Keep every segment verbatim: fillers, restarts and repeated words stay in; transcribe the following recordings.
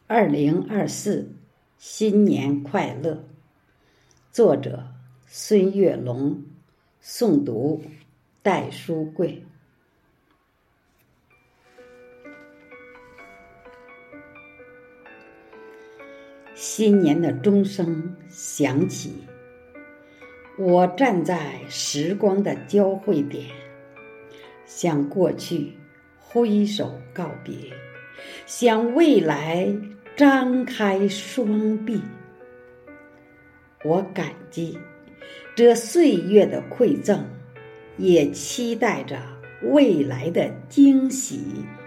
二零二四新年快乐。作者孙月龙，诵读戴书贵。新年的钟声响起，我站在时光的交汇点，向过去挥手告别，向未来张开双臂。我感激这岁月的馈赠，也期待着未来的惊喜。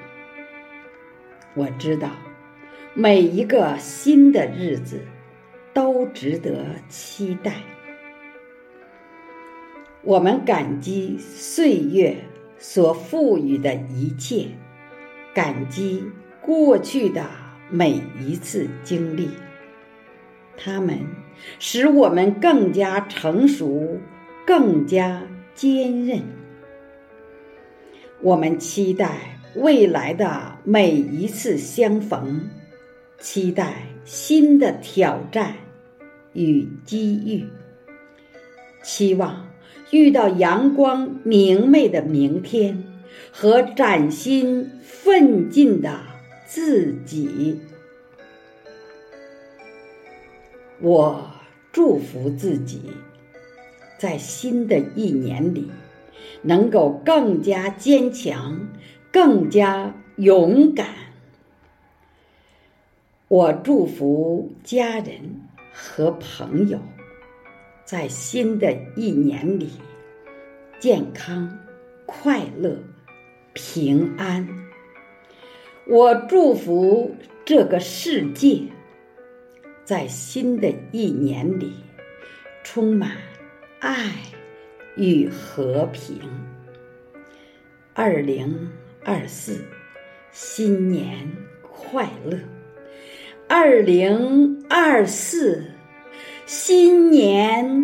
我知道每一个新的日子都值得期待。我们感激岁月所赋予的一切，感激过去的每一次经历，它们使我们更加成熟，更加坚韧。我们期待未来的每一次相逢，期待新的挑战与机遇，期望遇到阳光明媚的明天和崭新奋进的自己。我祝福自己在新的一年里能够更加坚强，更加勇敢。我祝福家人和朋友在新的一年里健康、快乐、平安。我祝福这个世界在新的一年里充满爱与和平。二零二四新年快乐！二零二四新年